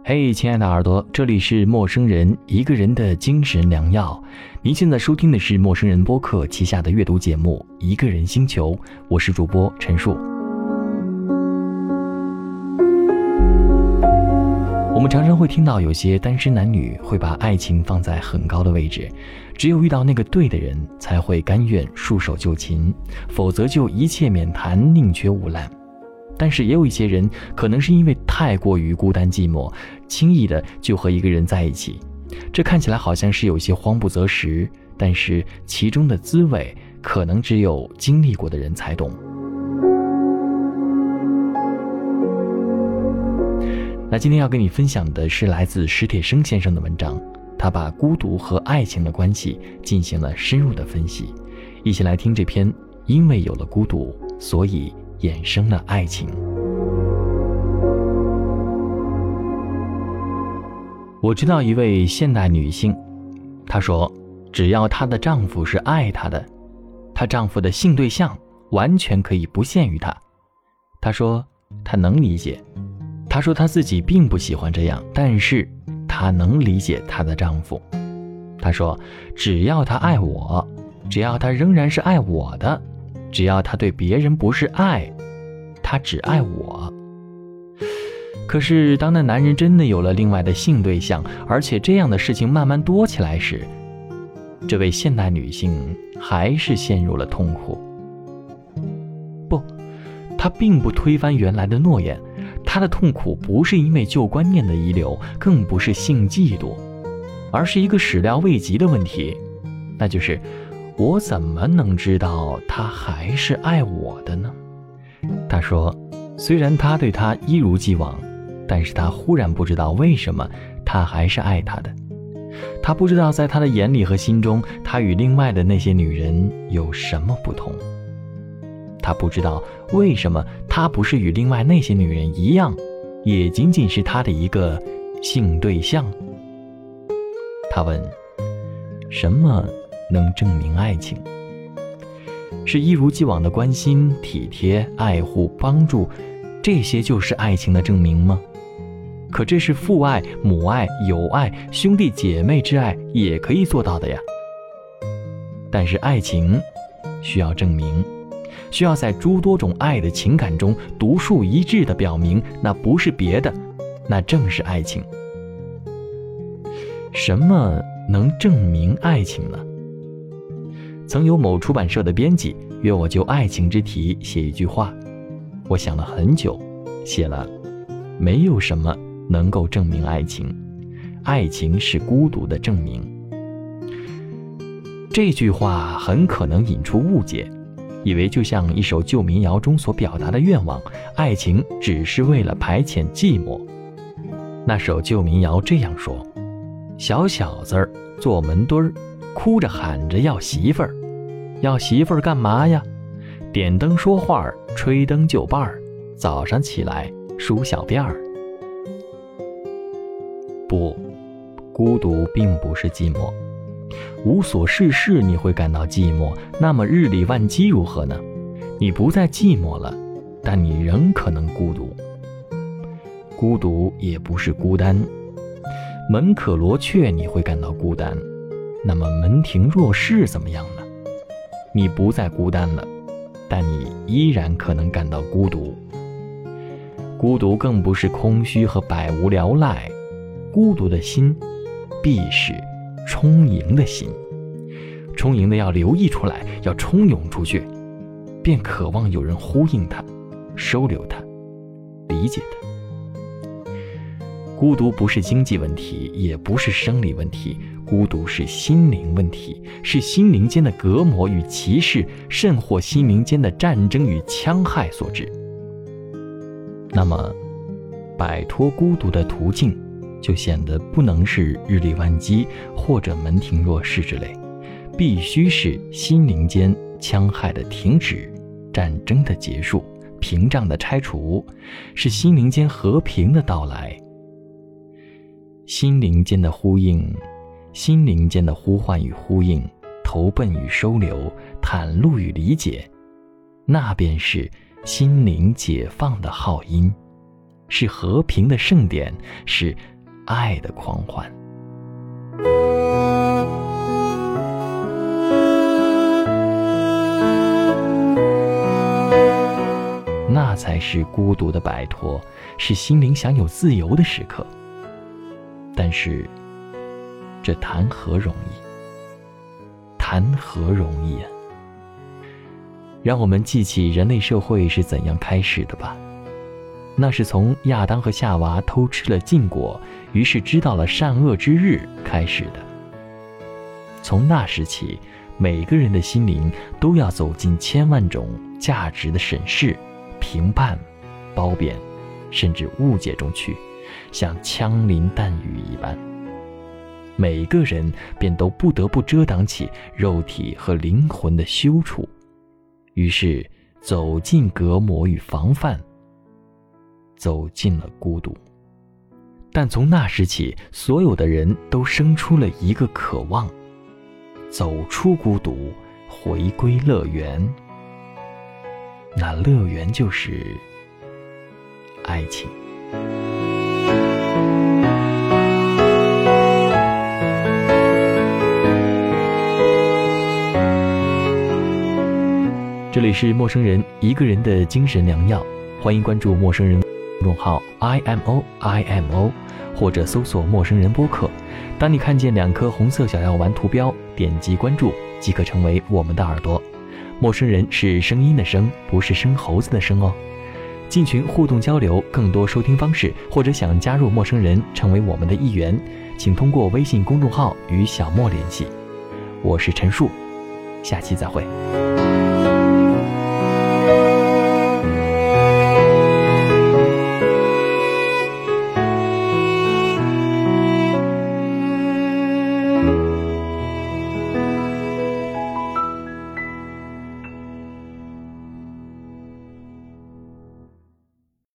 嘿，亲爱的耳朵，这里是陌生人，一个人的精神良药。您现在收听的是陌生人播客旗下的阅读节目《一个人星球》，我是主播陈述。我们常常会听到有些单身男女会把爱情放在很高的位置，只有遇到那个对的人才会甘愿束手就擒，否则就一切免谈，宁缺毋滥。但是也有一些人可能是因为太过于孤单寂寞，轻易的就和一个人在一起，这看起来好像是有些慌不择食，但是其中的滋味可能只有经历过的人才懂。那今天要跟你分享的是来自史铁生先生的文章，他把孤独和爱情的关系进行了深入的分析，一起来听这篇因为有了孤独，所以衍生了爱情。我知道一位现代女性，她说只要她的丈夫是爱她的，她丈夫的性对象完全可以不限于她。她说她能理解，她说她自己并不喜欢这样，但是她能理解她的丈夫。她说只要她爱我，只要她仍然是爱我的，只要他对别人不是爱，他只爱我。可是当那男人真的有了另外的性对象，而且这样的事情慢慢多起来时，这位现代女性还是陷入了痛苦。不，她并不推翻原来的诺言，她的痛苦不是因为旧观念的遗留，更不是性嫉妒，而是一个始料未及的问题，那就是我怎么能知道他还是爱我的呢？他说，虽然他对他一如既往，但是他忽然不知道为什么他还是爱他的。他不知道在他的眼里和心中，他与另外的那些女人有什么不同。他不知道为什么他不是与另外那些女人一样，也仅仅是他的一个性对象。他问，什么能证明爱情？是一如既往的关心、体贴、爱护、帮助，这些就是爱情的证明吗？可这是父爱、母爱、友爱、兄弟姐妹之爱也可以做到的呀。但是爱情需要证明，需要在诸多种爱的情感中独树一帜地表明，那不是别的，那正是爱情。什么能证明爱情呢？曾有某出版社的编辑约我就爱情之题写一句话，我想了很久，写了没有什么能够证明爱情，爱情是孤独的证明。这句话很可能引出误解，以为就像一首旧民谣中所表达的愿望，爱情只是为了排遣寂寞。那首旧民谣这样说，小小子儿坐门墩儿，哭着喊着要媳妇儿，要媳妇儿干嘛呀？点灯说话儿，吹灯就伴儿，早上起来梳小辫儿。不，孤独并不是寂寞。无所事事你会感到寂寞，那么日理万机如何呢？你不再寂寞了，但你仍可能孤独。孤独也不是孤单。门可罗雀你会感到孤单，那么门庭若市怎么样呢？你不再孤单了，但你依然可能感到孤独。孤独更不是空虚和百无聊赖，孤独的心必是充盈的心，充盈的要流溢出来，要冲涌出去，便渴望有人呼应它，收留它，理解它。孤独不是经济问题，也不是生理问题，孤独是心灵问题，是心灵间的隔膜与歧视，甚或心灵间的战争与戕害所致。那么摆脱孤独的途径就显得不能是日理万机或者门庭若市之类，必须是心灵间戕害的停止，战争的结束，屏障的拆除，是心灵间和平的到来。心灵间的呼应，心灵间的呼唤与呼应，投奔与收留，袒露与理解，那便是心灵解放的号音，是和平的盛典，是爱的狂欢。那才是孤独的摆脱，是心灵享有自由的时刻。但是这谈何容易，谈何容易啊！让我们记起人类社会是怎样开始的吧。那是从亚当和夏娃偷吃了禁果，于是知道了善恶之日开始的。从那时起，每个人的心灵都要走进千万种价值的审视、评判、褒贬，甚至误解中去，像枪林弹雨一般。每个人便都不得不遮挡起肉体和灵魂的羞处，于是走进隔膜与防范，走进了孤独。但从那时起，所有的人都生出了一个渴望，走出孤独，回归乐园。那乐园就是爱情。这里是陌生人一个人的精神良药，欢迎关注陌生人公众号 IMO， 或者搜索陌生人播客。当你看见2颗红色小药丸图标，点击关注即可成为我们的耳朵。陌生人是声音的声，不是生猴子的生哦。进群互动交流，更多收听方式，或者想加入陌生人成为我们的一员，请通过微信公众号与小莫联系。我是陈树，下期再会。